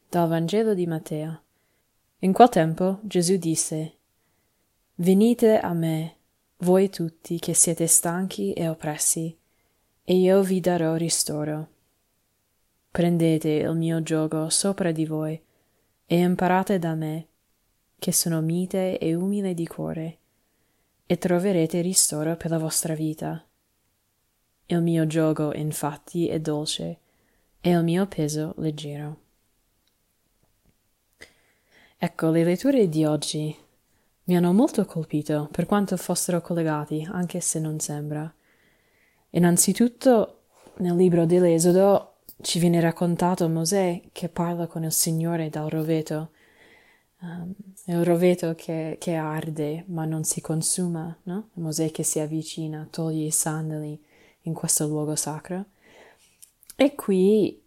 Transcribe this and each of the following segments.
Dal Vangelo di Matteo. In quel tempo Gesù disse: Venite a me, voi tutti che siete stanchi e oppressi, e io vi darò ristoro. Prendete il mio giogo sopra di voi e imparate da me, che sono mite e umile di cuore, e troverete ristoro per la vostra vita. Il mio giogo, infatti, è dolce e il mio peso leggero. Ecco, le letture di oggi mi hanno molto colpito, per quanto fossero collegati, anche se non sembra. Innanzitutto, nel libro dell'Esodo ci viene raccontato Mosè che parla con il Signore dal roveto. Il roveto che arde ma non si consuma, no? Mosè che si avvicina, toglie i sandali in questo luogo sacro. E qui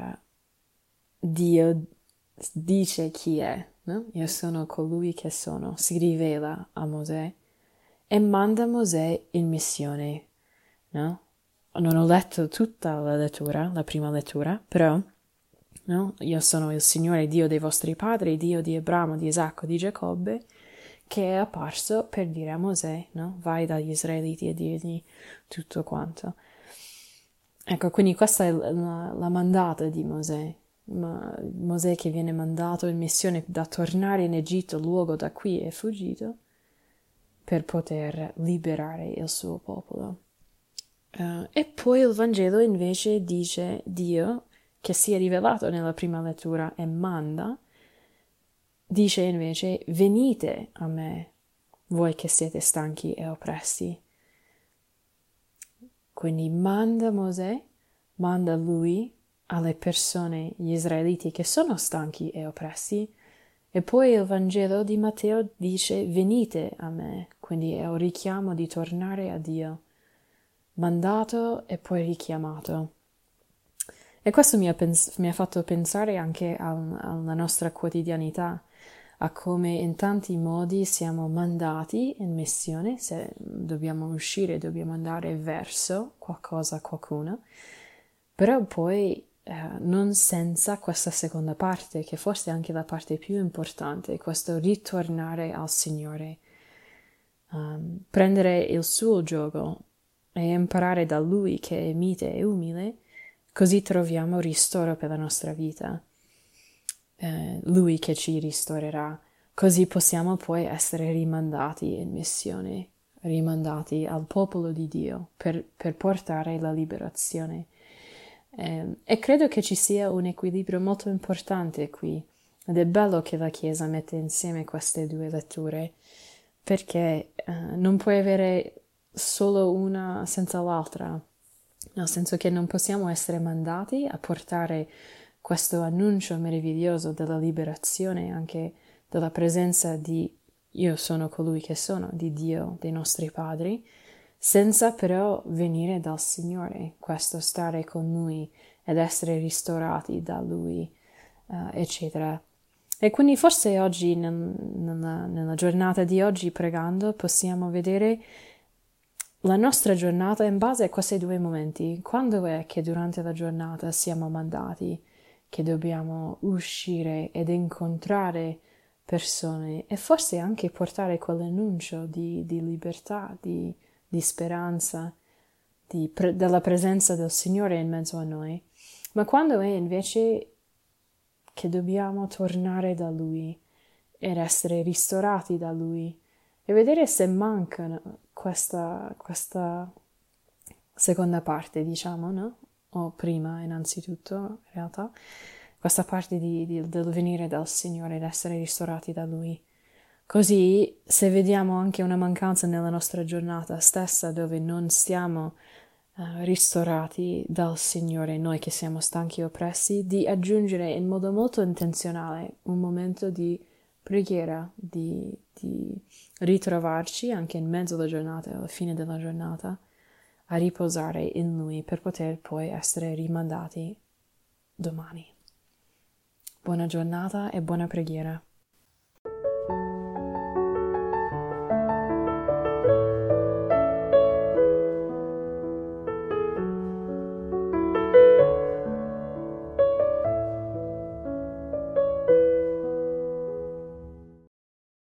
Dio dice chi è, no? Io sono colui che sono, si rivela a Mosè e manda Mosè in missione, no? Non ho letto tutta la lettura, la prima lettura, però, no? Io sono il Signore Dio dei vostri padri, Dio di Abramo, di Isacco, di Giacobbe, che è apparso per dire a Mosè, no? Vai dagli Israeliti e dirgli tutto quanto. Ecco, quindi questa è la mandata di Mosè. Mosè che viene mandato in missione da tornare in Egitto, luogo da cui è fuggito, per poter liberare il suo popolo. E poi il Vangelo invece dice Dio, che si è rivelato nella prima lettura e manda, dice invece venite a me, voi che siete stanchi e oppressi. Quindi manda Mosè, manda lui alle persone, gli israeliti che sono stanchi e oppressi, e poi il Vangelo di Matteo dice venite a me, quindi è un richiamo di tornare a Dio, mandato e poi richiamato. E questo mi ha fatto pensare anche alla nostra quotidianità, a come in tanti modi siamo mandati in missione, se dobbiamo uscire, dobbiamo andare verso qualcosa, qualcuno, però poi non senza questa seconda parte, che forse è anche la parte più importante, questo ritornare al Signore, prendere il suo giogo e imparare da Lui che è mite e umile, così troviamo ristoro per la nostra vita. Lui che ci ristorerà, così possiamo poi essere rimandati in missione, rimandati al popolo di Dio per portare la liberazione. E credo che ci sia un equilibrio molto importante qui, ed è bello che la Chiesa mette insieme queste due letture, perché non puoi avere solo una senza l'altra, nel senso che non possiamo essere mandati a portare questo annuncio meraviglioso della liberazione, anche della presenza di io sono colui che sono, di Dio, dei nostri padri, senza però venire dal Signore, questo stare con Lui ed essere ristorati da Lui, eccetera. E quindi forse oggi, nella giornata di oggi, pregando, possiamo vedere la nostra giornata in base a questi due momenti. Quando è che durante la giornata siamo mandati, che dobbiamo uscire ed incontrare persone e forse anche portare quell'annuncio di libertà, di speranza, della presenza del Signore in mezzo a noi, ma quando è invece che dobbiamo tornare da Lui ed essere ristorati da Lui e vedere se manca questa seconda parte, diciamo, no? O prima, innanzitutto, in realtà, questa parte del venire dal Signore ed essere ristorati da Lui. Così, se vediamo anche una mancanza nella nostra giornata stessa dove non siamo ristorati dal Signore, noi che siamo stanchi e oppressi, di aggiungere in modo molto intenzionale un momento di preghiera, di ritrovarci anche in mezzo alla giornata, alla fine della giornata, a riposare in Lui per poter poi essere rimandati domani. Buona giornata e buona preghiera.